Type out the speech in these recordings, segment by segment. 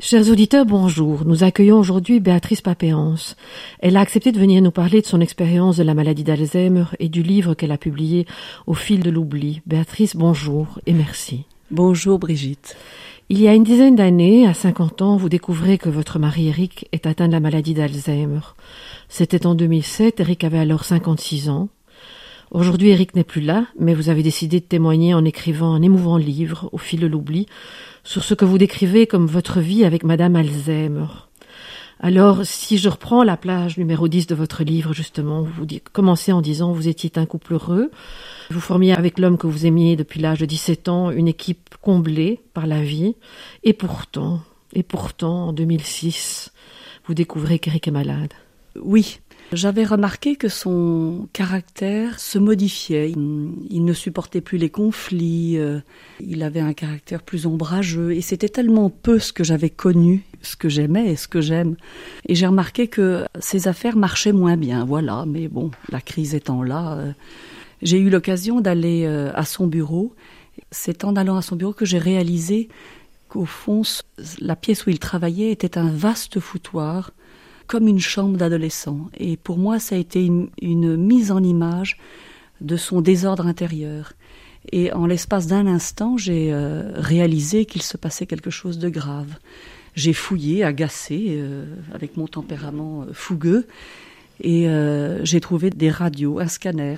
Chers auditeurs, bonjour. Nous accueillons aujourd'hui Béatrice Papéance. Elle a accepté de venir nous parler de son expérience de la maladie d'Alzheimer et du livre qu'elle a publié Au fil de l'oubli. Béatrice, bonjour et merci. Bonjour Brigitte. Il y a une dizaine d'années, à 50 ans, vous découvrez que votre mari Eric est atteint de la maladie d'Alzheimer. C'était en 2007, Eric avait alors 56 ans. Aujourd'hui, Eric n'est plus là, mais vous avez décidé de témoigner en écrivant un émouvant livre, Au fil de l'oubli, sur ce que vous décrivez comme votre vie avec Madame Alzheimer. Alors, si je reprends la page numéro 10 de votre livre, justement, vous commencez en disant « Vous étiez un couple heureux, vous formiez avec l'homme que vous aimiez depuis l'âge de 17 ans une équipe comblée par la vie, et pourtant, en 2006, vous découvrez qu'Eric est malade. » Oui. J'avais remarqué que son caractère se modifiait. Il ne supportait plus les conflits, il avait un caractère plus ombrageux et c'était tellement peu ce que j'avais connu, ce que j'aimais et ce que j'aime. Et j'ai remarqué que ses affaires marchaient moins bien, voilà. Mais bon, la crise étant là, j'ai eu l'occasion d'aller à son bureau. C'est en allant à son bureau que j'ai réalisé qu'au fond, la pièce où il travaillait était un vaste foutoir, comme une chambre d'adolescent. Et pour moi, ça a été une mise en image de son désordre intérieur. Et en l'espace d'un instant, j'ai réalisé qu'il se passait quelque chose de grave. J'ai fouillé, agacé, avec mon tempérament fougueux, et j'ai trouvé des radios, un scanner,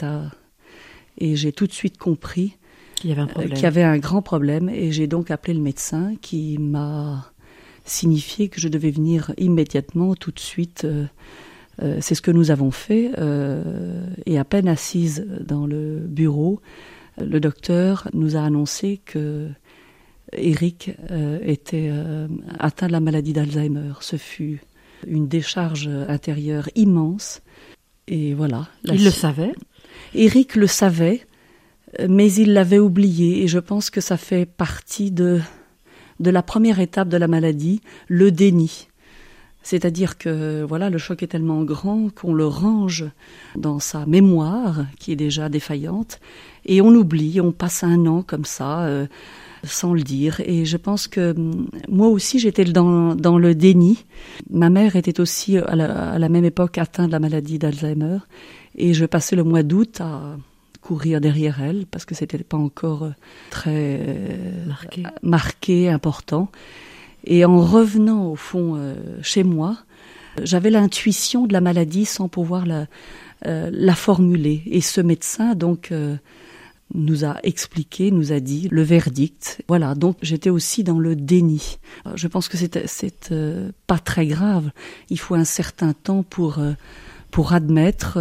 et j'ai tout de suite compris qu'il y avait un grand problème. Et j'ai donc appelé le médecin qui m'a signifiait que je devais venir immédiatement, tout de suite. C'est ce que nous avons fait. Et à peine assise dans le bureau, le docteur nous a annoncé que Eric était atteint de la maladie d'Alzheimer. Ce fut une décharge intérieure immense. Et voilà. Il le savait ? Eric le savait, mais il l'avait oublié. Et je pense que ça fait partie de la première étape de la maladie, le déni. C'est-à-dire que voilà, le choc est tellement grand qu'on le range dans sa mémoire, qui est déjà défaillante, et on oublie, on passe un an comme ça, sans le dire. Et je pense que moi aussi, j'étais dans le déni. Ma mère était aussi, à la même époque, atteinte de la maladie d'Alzheimer, et je passais le mois d'août à courir derrière elle, parce que c'était pas encore très marqué, important. Et en revenant au fond chez moi, j'avais l'intuition de la maladie sans pouvoir la formuler. Et ce médecin donc nous a expliqué, nous a dit le verdict. Voilà, donc j'étais aussi dans le déni. Je pense que c'est pas très grave. Il faut un certain temps pour admettre.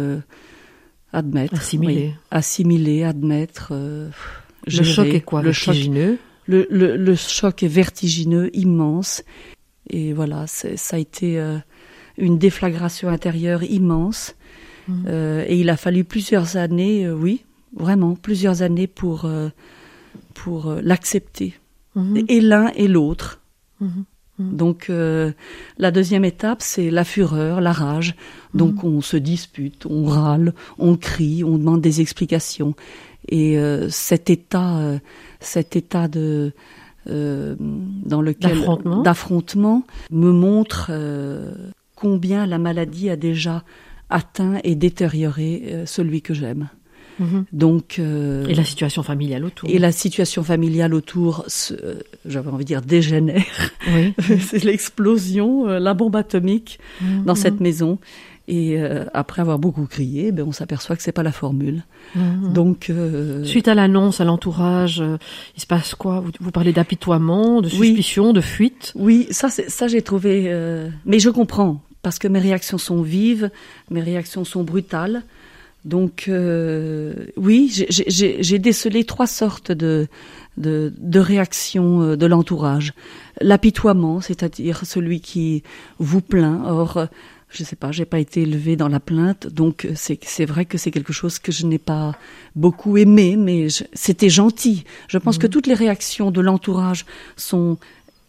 Assimiler. Oui. Assimiler, admettre, gérer. Le choc est quoi? Vertigineux? Le choc est vertigineux, immense. Et voilà, ça a été une déflagration intérieure immense. Et il a fallu plusieurs années, oui, vraiment, plusieurs années pour l'accepter. Et l'un et l'autre. Donc la deuxième étape, c'est la fureur, la rage. Donc on se dispute, on râle, on crie, on demande des explications. Et cet état dans lequel d'affrontement me montre combien la maladie a déjà atteint et détérioré celui que j'aime. Donc, et la situation familiale autour. Et la situation familiale autour, j'avais envie de dire, dégénère. Oui. C'est l'explosion, la bombe atomique dans cette maison. Et après avoir beaucoup crié, on s'aperçoit que c'est pas la formule. Donc, suite à l'annonce, à l'entourage, il se passe quoi ? Vous parlez d'apitoiement, de suspicion, de fuite ? Oui, ça j'ai trouvé. Mais je comprends parce que mes réactions sont vives, mes réactions sont brutales. Donc oui, j'ai décelé 3 sortes de réactions de l'entourage. L'apitoiement, c'est-à-dire celui qui vous plaint. Or, je sais pas, j'ai pas été élevée dans la plainte, donc c'est vrai que c'est quelque chose que je n'ai pas beaucoup aimé, mais c'était gentil. Je pense que toutes les réactions de l'entourage sont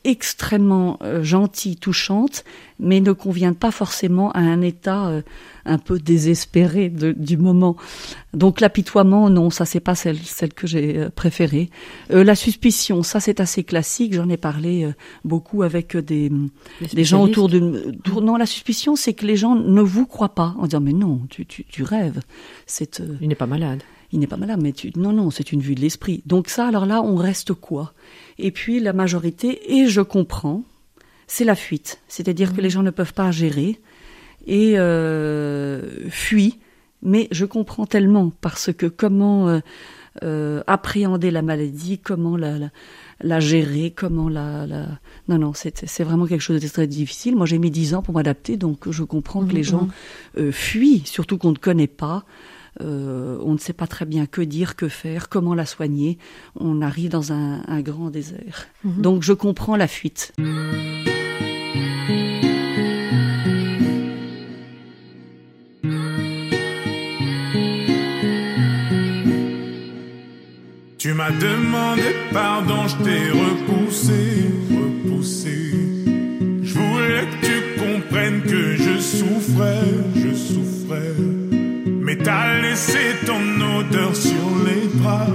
extrêmement gentille, touchante, mais ne conviennent pas forcément à un état un peu désespéré du moment. Donc l'apitoiement, non, ça c'est pas celle que j'ai préférée. La suspicion, ça c'est assez classique, j'en ai parlé beaucoup avec des gens autour de... Non, la suspicion, c'est que les gens ne vous croient pas, en disant mais non, tu rêves. Il n'est pas malade. Il n'est pas malade, mais non, c'est une vue de l'esprit. Donc ça, alors là, on reste quoi? Et puis la majorité, et je comprends, c'est la fuite. C'est-à-dire que les gens ne peuvent pas gérer et fuient. Mais je comprends tellement, parce que comment appréhender la maladie, comment la gérer, comment Non, c'est vraiment quelque chose de très difficile. Moi, j'ai mis 10 ans pour m'adapter, donc je comprends que les gens fuient, surtout qu'on ne connaît pas. On ne sait pas très bien que dire, que faire, comment la soigner. On arrive dans un grand désert. Donc je comprends la fuite. Tu m'as demandé pardon, je t'ai repoussé. Je voulais que tu comprennes que je souffrais. Mais t'as laissé ton odeur sur les bras.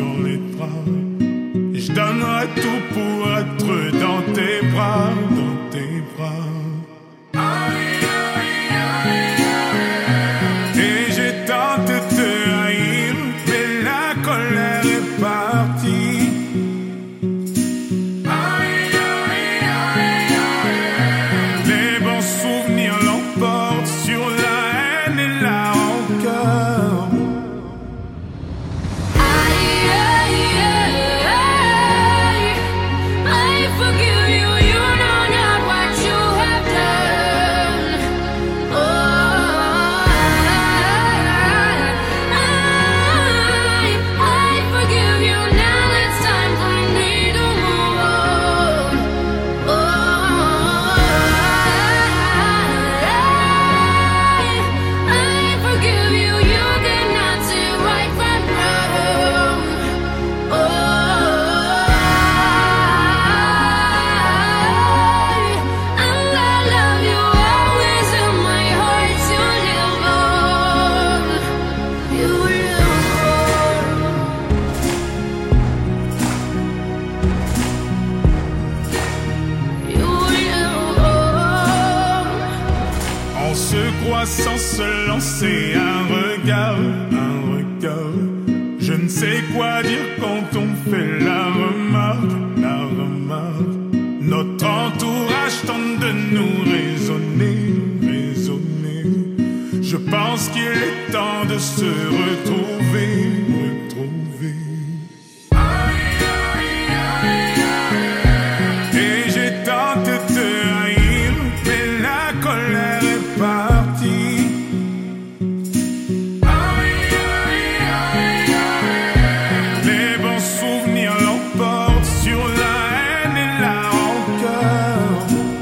Je donnerai tout pour être dans tes bras. Et j'ai tenté de te haïr, mais la colère est partie. Les bons souvenirs l'emportent sur la haine et la rancœur. Sans se lancer un regard. Je ne sais quoi dire quand on fait la remarque. Notre entourage tente de nous raisonner. Je pense qu'il est temps de se retrouver. Et j'ai tenté de te haïr, mais la colère est partie. Les bons souvenirs l'emportent sur la haine et la rancœur.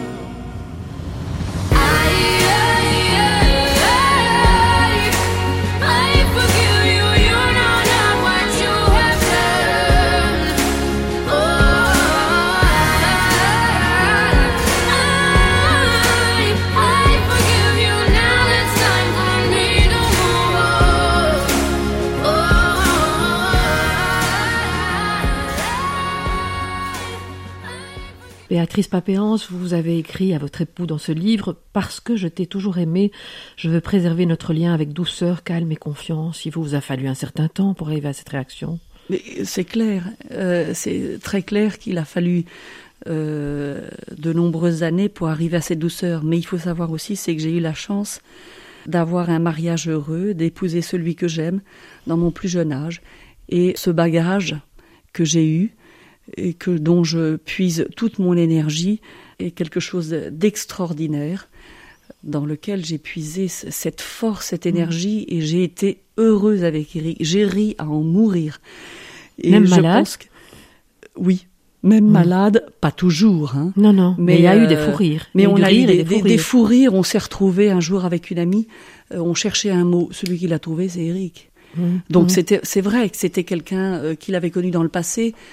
Béatrice Papéance, vous avez écrit à votre époux dans ce livre « Parce que je t'ai toujours aimé, je veux préserver notre lien avec douceur, calme et confiance ». Il vous a fallu un certain temps pour arriver à cette réaction. Mais c'est clair, c'est très clair qu'il a fallu de nombreuses années pour arriver à cette douceur. Mais il faut savoir aussi, c'est que j'ai eu la chance d'avoir un mariage heureux, d'épouser celui que j'aime dans mon plus jeune âge. Et ce bagage que j'ai eu, et dont je puise toute mon énergie, est quelque chose d'extraordinaire, dans lequel j'ai puisé cette force, cette énergie, et j'ai été heureuse avec Eric. J'ai ri à en mourir. Et même malade? Oui, même malade, pas toujours. Hein. Non, mais il y a eu des fous rires. Mais on a eu des fous rires. On s'est retrouvés un jour avec une amie, on cherchait un mot. Celui qui l'a trouvé, c'est Eric. Donc c'est vrai que c'était quelqu'un qu'il avait connu dans le passé,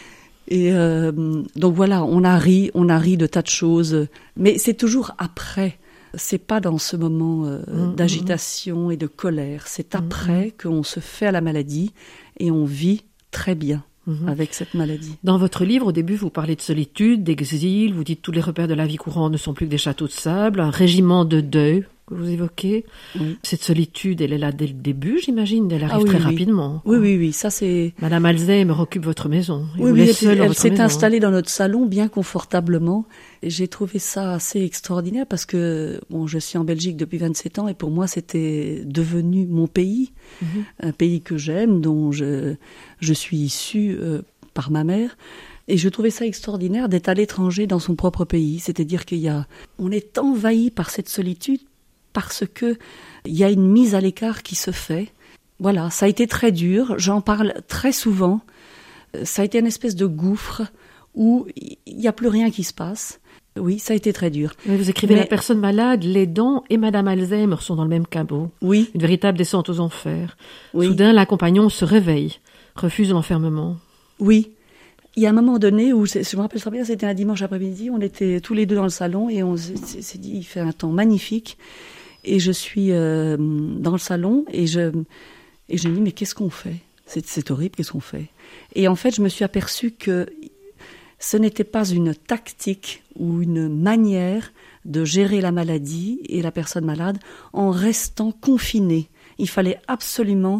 Et donc voilà, on a ri de tas de choses, mais c'est toujours après. C'est pas dans ce moment d'agitation et de colère. C'est après qu'on se fait à la maladie et on vit très bien avec cette maladie. Dans votre livre, au début, vous parlez de solitude, d'exil, vous dites tous les repères de la vie courante ne sont plus que des châteaux de sable, un régiment de deuil que vous évoquez. Oui. Cette solitude, elle est là dès le début, j'imagine, elle arrive très rapidement. Oui, ça c'est... Madame Alzheimer occupe votre maison. Elle s'est installée dans notre salon bien confortablement. Et j'ai trouvé ça assez extraordinaire parce que je suis en Belgique depuis 27 ans et pour moi c'était devenu mon pays, un pays que j'aime, dont je suis issue par ma mère. Et je trouvais ça extraordinaire d'être à l'étranger dans son propre pays. C'est-à-dire on est envahi par cette solitude parce que il y a une mise à l'écart qui se fait. Voilà, ça a été très dur. J'en parle très souvent. Ça a été une espèce de gouffre où il n'y a plus rien qui se passe. Oui, ça a été très dur. Mais vous écrivez la personne malade, l'aidant et Madame Alzheimer sont dans le même caveau. Oui. Une véritable descente aux enfers. Oui. Soudain, l'accompagnant se réveille, refuse l'enfermement. Oui. Il y a un moment donné où, je me rappelle très bien, c'était un dimanche après-midi, on était tous les deux dans le salon et on s'est dit, il fait un temps magnifique. Et je suis dans le salon et je me dis, mais qu'est-ce qu'on fait ? C'est horrible, qu'est-ce qu'on fait ? Et en fait, je me suis aperçue que ce n'était pas une tactique ou une manière de gérer la maladie et la personne malade en restant confiné. Il fallait absolument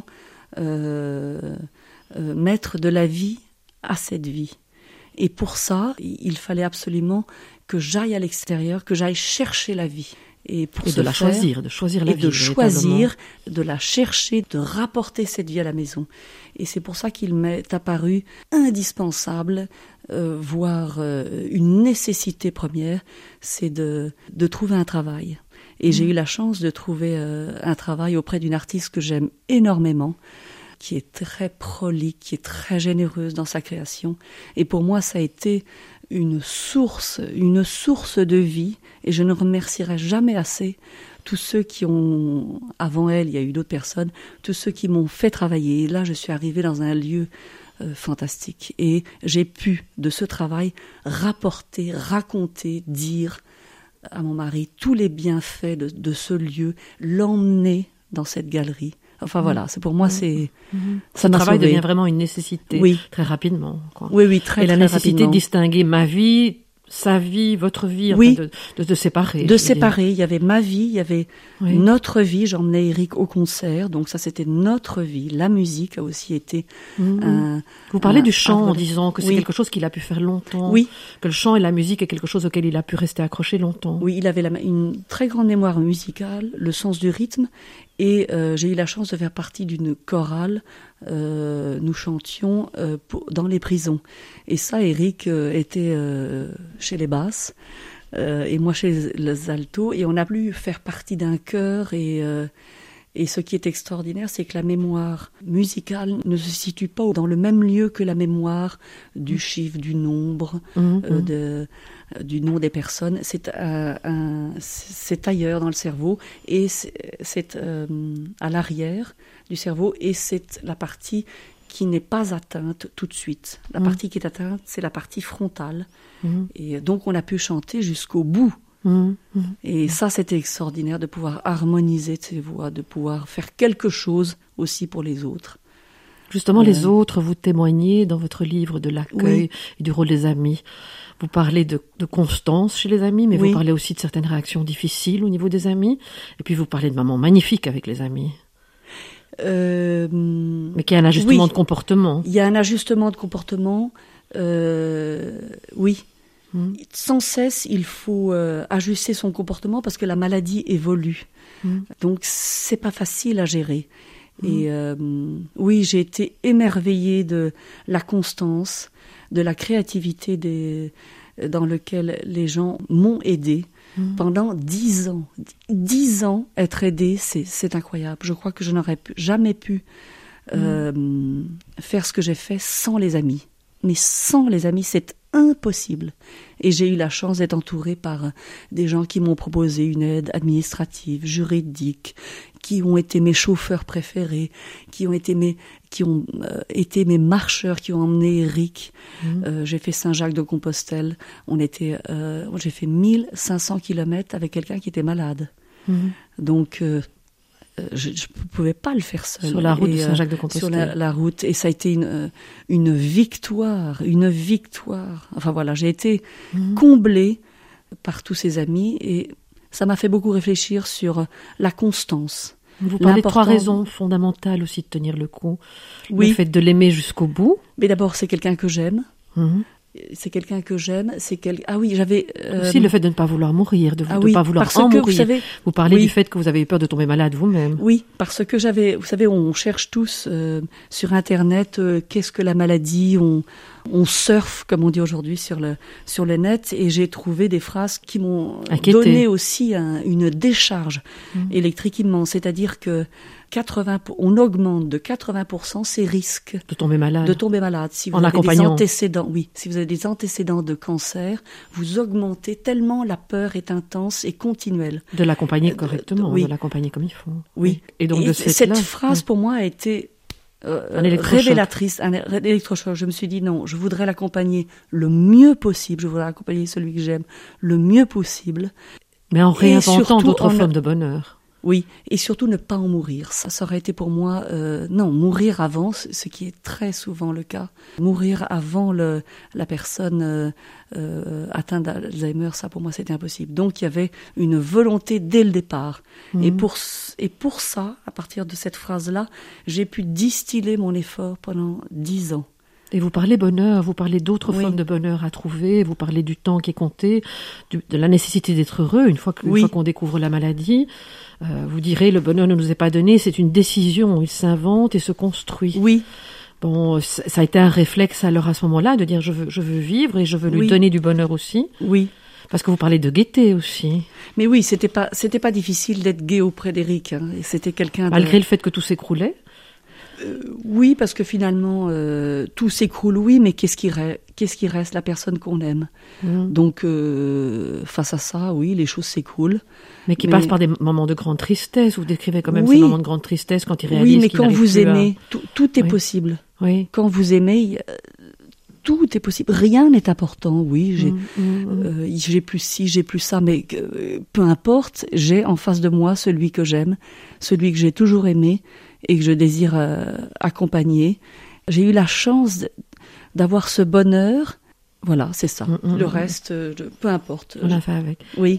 mettre de la vie à cette vie. Et pour ça, il fallait absolument que j'aille à l'extérieur, que j'aille chercher la vie. Et de la choisir la vie. De choisir, de la chercher, de rapporter cette vie à la maison. Et c'est pour ça qu'il m'est apparu indispensable, voire une nécessité première, c'est de trouver un travail. Et j'ai eu la chance de trouver un travail auprès d'une artiste que j'aime énormément, qui est très prolique, qui est très généreuse dans sa création. Et pour moi, ça a été une source de vie, et je ne remercierai jamais assez tous ceux qui ont, avant elle, il y a eu d'autres personnes, tous ceux qui m'ont fait travailler. Et là, je suis arrivée dans un lieu fantastique. Et j'ai pu, de ce travail, rapporter, raconter, dire à mon mari tous les bienfaits de ce lieu, l'emmener dans cette galerie. Enfin voilà, c'est pour moi, c'est... Ce travail devient vraiment une nécessité, très rapidement. Quoi. Oui, très rapidement. Et la nécessité de distinguer ma vie, sa vie, votre vie, de séparer. De séparer, il y avait ma vie, il y avait notre vie. J'emmenais Eric au concert, donc ça c'était notre vie. La musique a aussi été Vous parlez du chant en disant que c'est quelque chose qu'il a pu faire longtemps, que le chant et la musique est quelque chose auquel il a pu rester accroché longtemps. Oui, il avait une très grande mémoire musicale, le sens du rythme, et j'ai eu la chance de faire partie d'une chorale. Nous chantions dans les prisons. Et ça, Eric était chez les basses et moi chez les altos. Et on a pu faire partie d'un chœur. Et ce qui est extraordinaire, c'est que la mémoire musicale ne se situe pas dans le même lieu que la mémoire du chiffre, du nombre, du nom des personnes. C'est ailleurs dans le cerveau et c'est à l'arrière du cerveau, et c'est la partie qui n'est pas atteinte tout de suite. La partie qui est atteinte, c'est la partie frontale. Et donc on a pu chanter jusqu'au bout. Et ça, c'était extraordinaire de pouvoir harmoniser ces voix, de pouvoir faire quelque chose aussi pour les autres. Justement, les autres, vous témoignez dans votre livre de l'accueil et du rôle des amis. Vous parlez de constance chez les amis, mais vous parlez aussi de certaines réactions difficiles au niveau des amis. Et puis vous parlez de moments magnifiques avec les amis. Mais qu'il y a un ajustement de comportement. Il y a un ajustement de comportement, oui. Sans cesse, il faut ajuster son comportement parce que la maladie évolue. Donc, c'est pas facile à gérer. Et oui, j'ai été émerveillée de la constance, de la créativité dans lequel les gens m'ont aidée. Pendant 10 ans. 10 ans, être aidée, c'est incroyable. Je crois que je n'aurais jamais pu faire ce que j'ai fait sans les amis. Mais sans les amis, c'est impossible. Et j'ai eu la chance d'être entourée par des gens qui m'ont proposé une aide administrative, juridique, qui ont été mes chauffeurs préférés, qui qui ont été mes marcheurs, qui ont emmené Eric. J'ai fait Saint-Jacques-de-Compostelle. J'ai fait 1500 kilomètres avec quelqu'un qui était malade. Donc, je ne pouvais pas le faire seul. Sur la route de Saint-Jacques-de-Compostelle. Sur la route. Et ça a été une victoire. Enfin voilà, j'ai été comblée par tous ces amis et ça m'a fait beaucoup réfléchir sur la constance. Vous parlez de 3 raisons fondamentales aussi de tenir le coup. Oui. Le fait de l'aimer jusqu'au bout. Mais d'abord, c'est quelqu'un que j'aime. C'est quelqu'un que j'aime. Ah oui, j'avais... Aussi le fait de ne pas vouloir mourir, de ne pas vouloir parce en que, mourir. Vous parlez du fait que vous avez eu peur de tomber malade vous-même. Oui, parce que vous savez, on cherche tous sur Internet qu'est-ce que la maladie, on surfe, comme on dit aujourd'hui, sur le net, et j'ai trouvé des phrases qui m'ont donné aussi une décharge électrique immense. C'est-à-dire que on augmente de 80% ses risques de tomber malade. Si vous avez des antécédents, si vous avez des antécédents de cancer, vous augmentez tellement la peur est intense et continuelle. De l'accompagner correctement, de l'accompagner comme il faut. Oui. Et donc cette phrase pour moi a été révélatrice, un électrochoc. Je me suis dit non, je voudrais l'accompagner le mieux possible. Je voudrais accompagner celui que j'aime le mieux possible. Mais en réinventant d'autres formes de bonheur. Oui, et surtout ne pas en mourir. Ça aurait été pour moi, mourir avant, ce qui est très souvent le cas. Mourir avant la personne atteinte d'Alzheimer, ça pour moi c'était impossible. Donc il y avait une volonté dès le départ. Et pour ça, à partir de cette phrase-là, j'ai pu distiller mon effort pendant 10 ans. Et vous parlez bonheur, vous parlez d'autres formes de bonheur à trouver, vous parlez du temps qui est compté, de la nécessité d'être heureux une fois qu'on découvre la maladie. Vous direz, le bonheur ne nous est pas donné, c'est une décision, il s'invente et se construit. Oui. Bon, ça a été un réflexe alors à ce moment-là de dire je veux vivre et je veux lui donner du bonheur aussi. Oui. Parce que vous parlez de gaieté aussi. Mais oui, c'était pas difficile d'être gai auprès d'Eric. Hein. C'était quelqu'un malgré le fait que tout s'écroulait. Oui, parce que finalement, tout s'écroule, oui, mais qu'est-ce qui reste? La personne qu'on aime. Donc, face à ça, oui, les choses s'écroulent. Mais qui passe par des moments de grande tristesse. Vous décrivez quand même ces moments de grande tristesse quand il réalise. Oui, mais quand vous aimez, tout est possible. Oui. Quand vous aimez, tout est possible. Rien n'est important. Oui, j'ai plus ci, j'ai plus ça, mais peu importe. J'ai en face de moi celui que j'aime, celui que j'ai toujours aimé et que je désire accompagner. J'ai eu la chance d'avoir ce bonheur. Voilà, c'est ça. Le reste, peu importe. On a fait avec. Oui.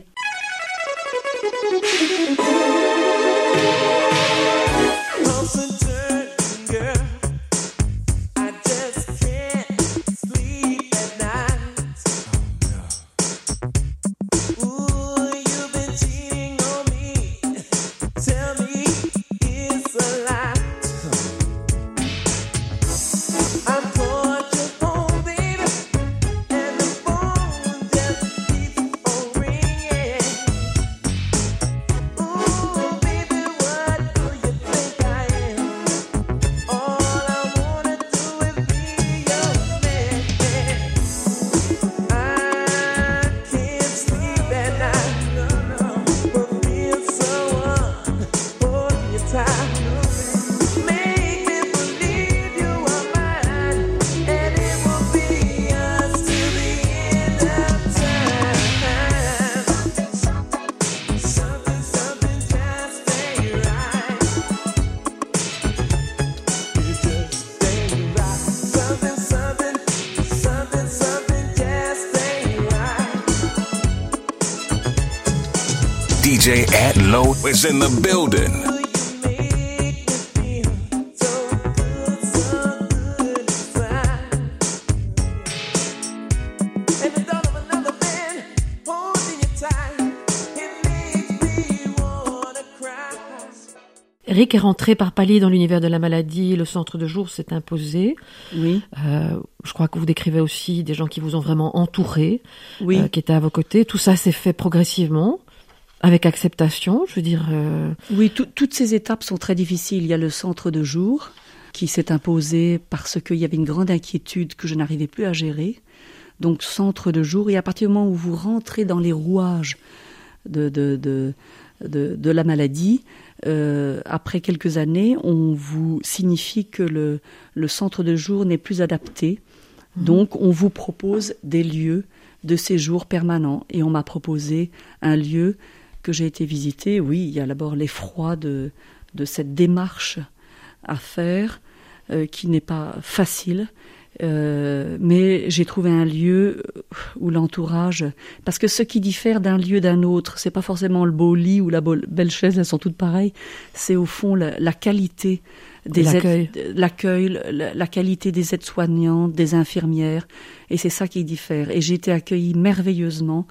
DJ Atlow is in the building. Eric est rentré par palier dans l'univers de la maladie, le centre de jour s'est imposé. Oui. Je crois que vous décrivez aussi des gens qui vous ont vraiment entouré, oui. Qui étaient à vos côtés. Tout ça s'est fait progressivement, avec acceptation, je veux dire. Oui, toutes ces étapes sont très difficiles. Il y a le centre de jour qui s'est imposé parce qu'il y avait une grande inquiétude que je n'arrivais plus à gérer. Donc centre de jour, et à partir du moment où vous rentrez dans les rouages de la maladie, après quelques années, on vous signifie que le centre de jour n'est plus adapté. Donc, on vous propose des lieux de séjour permanents. Et on m'a proposé un lieu que j'ai été visiter. Oui, il y a d'abord l'effroi de cette démarche à faire, qui n'est pas facile. Mais j'ai trouvé un lieu où l'entourage, parce que ce qui diffère d'un lieu d'un autre, c'est pas forcément le beau lit ou la belle chaise, elles sont toutes pareilles, c'est au fond la qualité des l'accueil, la qualité des aides-soignantes, des infirmières, et c'est ça qui diffère. Et j'ai été accueillie merveilleusement,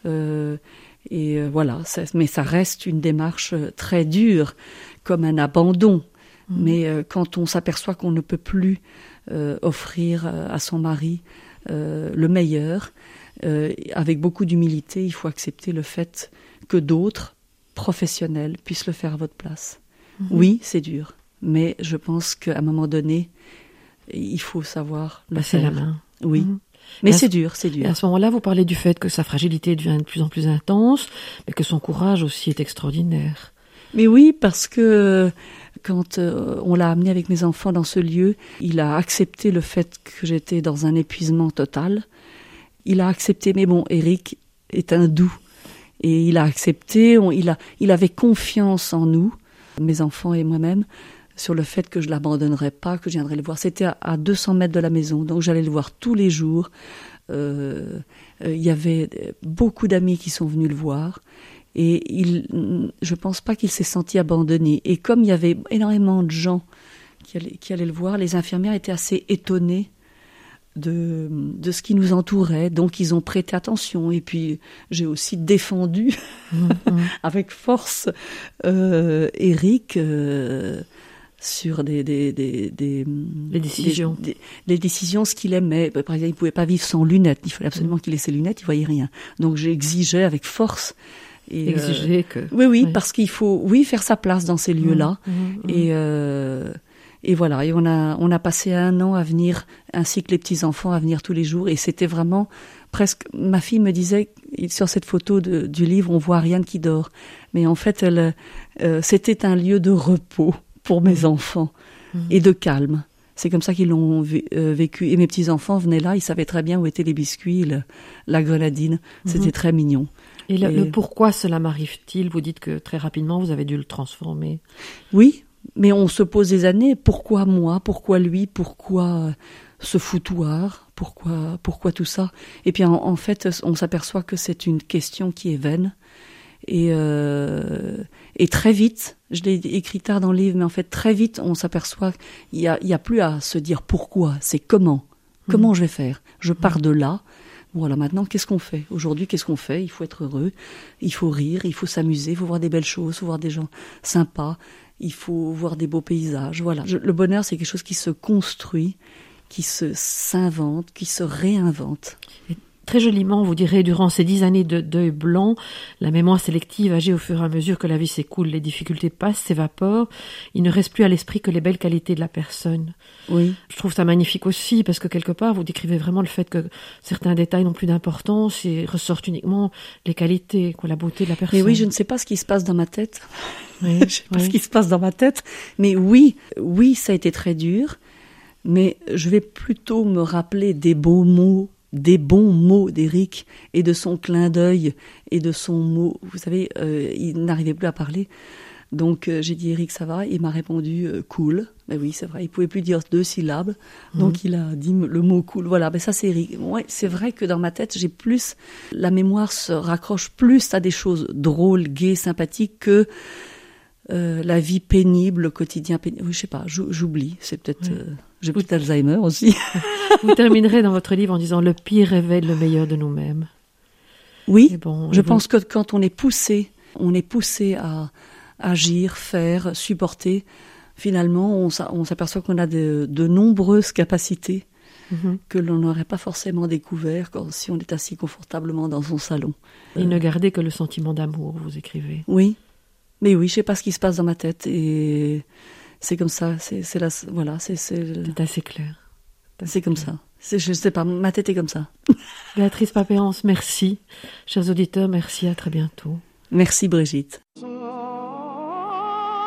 voilà, mais ça reste une démarche très dure, comme un abandon. Mais quand on s'aperçoit qu'on ne peut plus offrir à son mari le meilleur, avec beaucoup d'humilité, il faut accepter le fait que d'autres professionnels puissent le faire à votre place. Oui, c'est dur, mais je pense qu'à un moment donné, il faut savoir le passer faire. la main. Oui. Mais c'est dur, c'est dur. Et à ce moment-là, vous parlez du fait que sa fragilité devient de plus en plus intense, mais que son courage aussi est extraordinaire. Mais oui, parce que quand on l'a amené avec mes enfants dans ce lieu, il a accepté le fait que j'étais dans un épuisement total. Il a accepté, mais bon, Eric est un doux. Et il a accepté, il avait confiance en nous, mes enfants et moi-même, sur le fait que je ne l'abandonnerais pas, que je viendrais le voir. C'était à 200 mètres de la maison, donc j'allais le voir tous les jours. Il y avait beaucoup d'amis qui sont venus le voir. Et je pense pas qu'il s'est senti abandonné. Et comme il y avait énormément de gens qui allaient le voir, les infirmières étaient assez étonnées de ce qui nous entourait. Donc ils ont prêté attention. Et puis j'ai aussi défendu avec force Eric sur les décisions. Les décisions, ce qu'il aimait. Par exemple, il pouvait pas vivre sans lunettes. Il fallait absolument qu'il ait ses lunettes, il voyait rien. Donc j'exigeais avec force. Et exiger que... Oui, parce qu'il faut, faire sa place dans ces lieux-là. Et voilà. Et on a passé 1 an à venir, ainsi que les petits-enfants, à venir tous les jours. Et c'était vraiment presque, ma fille me disait, sur cette photo du livre, on voit Ariane qui dort. Mais en fait, c'était un lieu de repos pour mes enfants et de calme. C'est comme ça qu'ils l'ont vécu. Et mes petits-enfants venaient là, ils savaient très bien où étaient les biscuits, la grenadine. C'était très mignon. Et le pourquoi cela m'arrive-t-il? Vous dites que très rapidement, vous avez dû le transformer. Oui, mais on se pose des années. Pourquoi moi? Pourquoi lui? Pourquoi ce foutoir? Pourquoi tout ça? Et puis en fait, on s'aperçoit que c'est une question qui est vaine. Et très vite, je l'ai écrit tard dans le livre, mais en fait très vite, on s'aperçoit qu'il y a plus à se dire pourquoi, c'est comment je vais faire. Je pars de là. Voilà, maintenant, qu'est-ce qu'on fait? Aujourd'hui, qu'est-ce qu'on fait? Il faut être heureux, il faut rire, il faut s'amuser, il faut voir des belles choses, il faut voir des gens sympas, il faut voir des beaux paysages. Voilà. Le bonheur, c'est quelque chose qui se construit, qui s'invente, qui se réinvente. Et très joliment, vous direz, durant ces 10 années de deuil blanc, la mémoire sélective agit au fur et à mesure que la vie s'écoule, les difficultés passent, s'évaporent, il ne reste plus à l'esprit que les belles qualités de la personne. Oui. Je trouve ça magnifique aussi, parce que quelque part, vous décrivez vraiment le fait que certains détails n'ont plus d'importance et ressortent uniquement les qualités, la beauté de la personne. Mais oui, je ne sais pas ce qui se passe dans ma tête. Oui, je sais pas ce qui se passe dans ma tête, mais oui, ça a été très dur, mais je vais plutôt me rappeler des bons mots d'Eric et de son clin d'œil et de son mot. Vous savez, il n'arrivait plus à parler. Donc j'ai dit Eric, ça va? Il m'a répondu cool. Ben oui, c'est vrai, il pouvait plus dire 2 syllabes. Donc il a dit le mot cool. Voilà, ben ça c'est Eric. Ouais, c'est vrai que dans ma tête, la mémoire se raccroche plus à des choses drôles, gaies, sympathiques que la vie pénible, le quotidien pénible. Oui, je sais pas, j'oublie. C'est peut-être j'ai peut-être Alzheimer aussi. Vous terminerez dans votre livre en disant le pire révèle le meilleur de nous-mêmes. Oui, je pense que quand on est poussé à agir, faire, supporter, finalement, on s'aperçoit qu'on a de nombreuses capacités que l'on n'aurait pas forcément découvert si on est assis confortablement dans son salon. Et ne gardez que le sentiment d'amour, vous écrivez. Oui, mais oui, je sais pas ce qui se passe dans ma tête et c'est comme ça. C'est assez clair. C'est comme ça. Je sais pas, ma tête est comme ça. Béatrice Papéance, merci. Chers auditeurs, merci, à très bientôt. Merci Brigitte.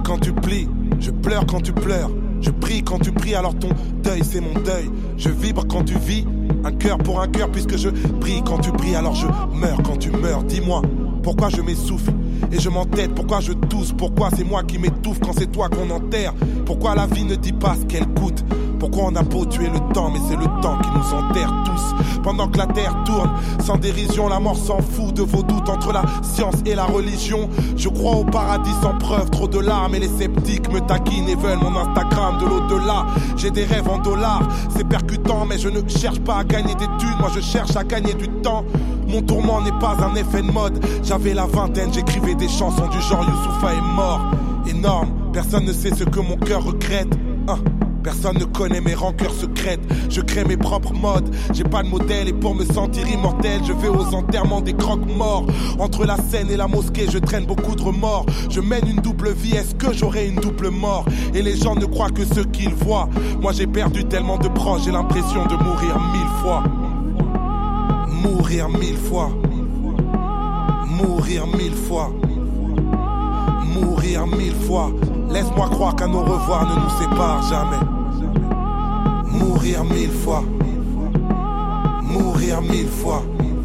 quand tu plies, je pleure quand tu pleures. Je prie quand tu pries, alors ton deuil c'est mon deuil. Je vibre quand tu vis, un cœur pour un cœur, puisque je prie quand tu pries, alors je meurs quand tu meurs. Dis-moi, pourquoi je m'essouffle et je m'entête, pourquoi je tousse, pourquoi c'est moi qui m'étouffe quand c'est toi qu'on enterre. Pourquoi la vie ne dit pas ce qu'elle coûte. Pourquoi on a beau tuer le temps, mais c'est le temps qui nous enterre tous. Pendant que la terre tourne, sans dérision, la mort s'en fout de vos doutes entre la science et la religion. Je crois au paradis sans preuve, trop de larmes et les sceptiques me taquinent et veulent mon Instagram de l'au-delà. J'ai des rêves en dollars, c'est percutant, mais je ne cherche pas à gagner des thunes, moi je cherche à gagner du temps. Mon tourment n'est pas un effet de mode. J'avais la vingtaine, j'écrivais des chansons du genre Youssoupha est mort. Énorme, personne ne sait ce que mon cœur regrette. Personne ne connaît mes rancœurs secrètes. Je crée mes propres modes. J'ai pas de modèle et pour me sentir immortel, je vais aux enterrements des croque-morts. Entre la scène et la mosquée, je traîne beaucoup de remords. Je mène une double vie, est-ce que j'aurai une double mort? Et les gens ne croient que ce qu'ils voient. Moi j'ai perdu tellement de proches, j'ai l'impression de mourir 1000 fois. Mourir 1000 fois. Mourir 1000 fois. Mourir 1000 fois. Laisse-moi croire qu'un au revoir ne nous sépare jamais. Mourir 1000 fois. Mourir 1000 fois.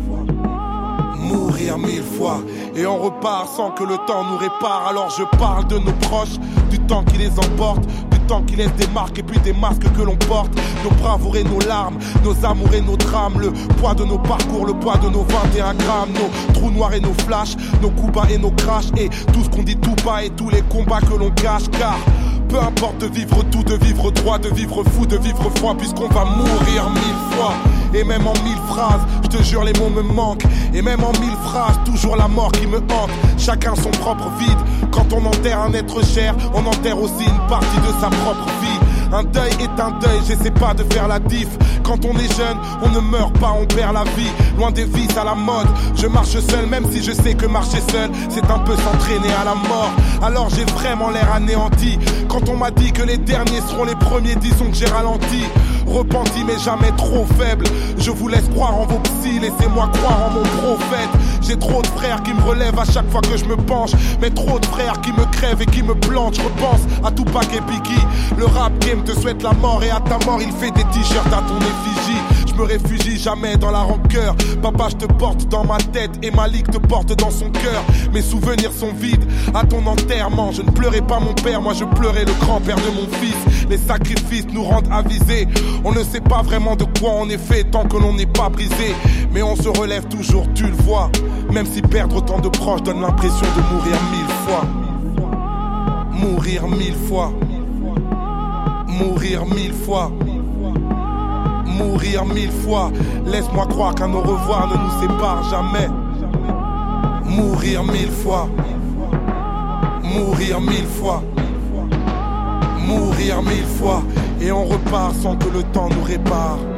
Mourir 1000 fois. Et on repart sans que le temps nous répare. Alors je parle de nos proches, du temps qui les emporte, du temps qui laisse des marques et puis des masques que l'on porte. Nos bravoures et nos larmes, nos amours et nos drames, le poids de nos parcours, le poids de nos 21 grammes, nos trous noirs et nos flashs, nos coups bas et nos crashs, et tout ce qu'on dit tout bas et tous les combats que l'on cache. Car peu importe de vivre tout, de vivre droit, de vivre fou, de vivre froid, puisqu'on va mourir 1000 fois. Et même en 1000 phrases, je te jure les mots me manquent. Et même en 1000 phrases, toujours la mort qui me hante. Chacun son propre vide. Quand on enterre un être cher, on enterre aussi une partie de sa propre vie. Un deuil est un deuil, j'essaie pas de faire la diff. Quand on est jeune, on ne meurt pas, on perd la vie. Loin des vices à la mode, je marche seul, même si je sais que marcher seul, c'est un peu s'entraîner à la mort. Alors j'ai vraiment l'air anéanti. Quand on m'a dit que les derniers seront les premiers, disons que j'ai ralenti. Repenti mais jamais trop faible. Je vous laisse croire en vos psys, laissez-moi croire en mon prophète. J'ai trop de frères qui me relèvent à chaque fois que je me penche, mais trop de frères qui me crèvent et qui me plantent. Je repense à Tupac et Biggie. Le rap game te souhaite la mort et à ta mort il fait des t-shirts à ton effigie. Je me réfugie jamais dans la rancœur. Papa je te porte dans ma tête et Malik te porte dans son cœur. Mes souvenirs sont vides à ton enterrement. Je ne pleurais pas mon père, moi je pleurais le grand-père de mon fils. Les sacrifices nous rendent avisés. On ne sait pas vraiment de quoi on est fait tant que l'on n'est pas brisé. Mais on se relève toujours, tu le vois. Même si perdre autant de proches donne l'impression de mourir 1000 fois. Mourir 1000 fois. Mourir 1000 fois. Mourir 1000 fois. Laisse-moi croire qu'un au revoir ne nous sépare jamais. Mourir 1000 fois. Mourir 1000 fois. Mourir 1000 fois. Et on repart sans que le temps nous répare.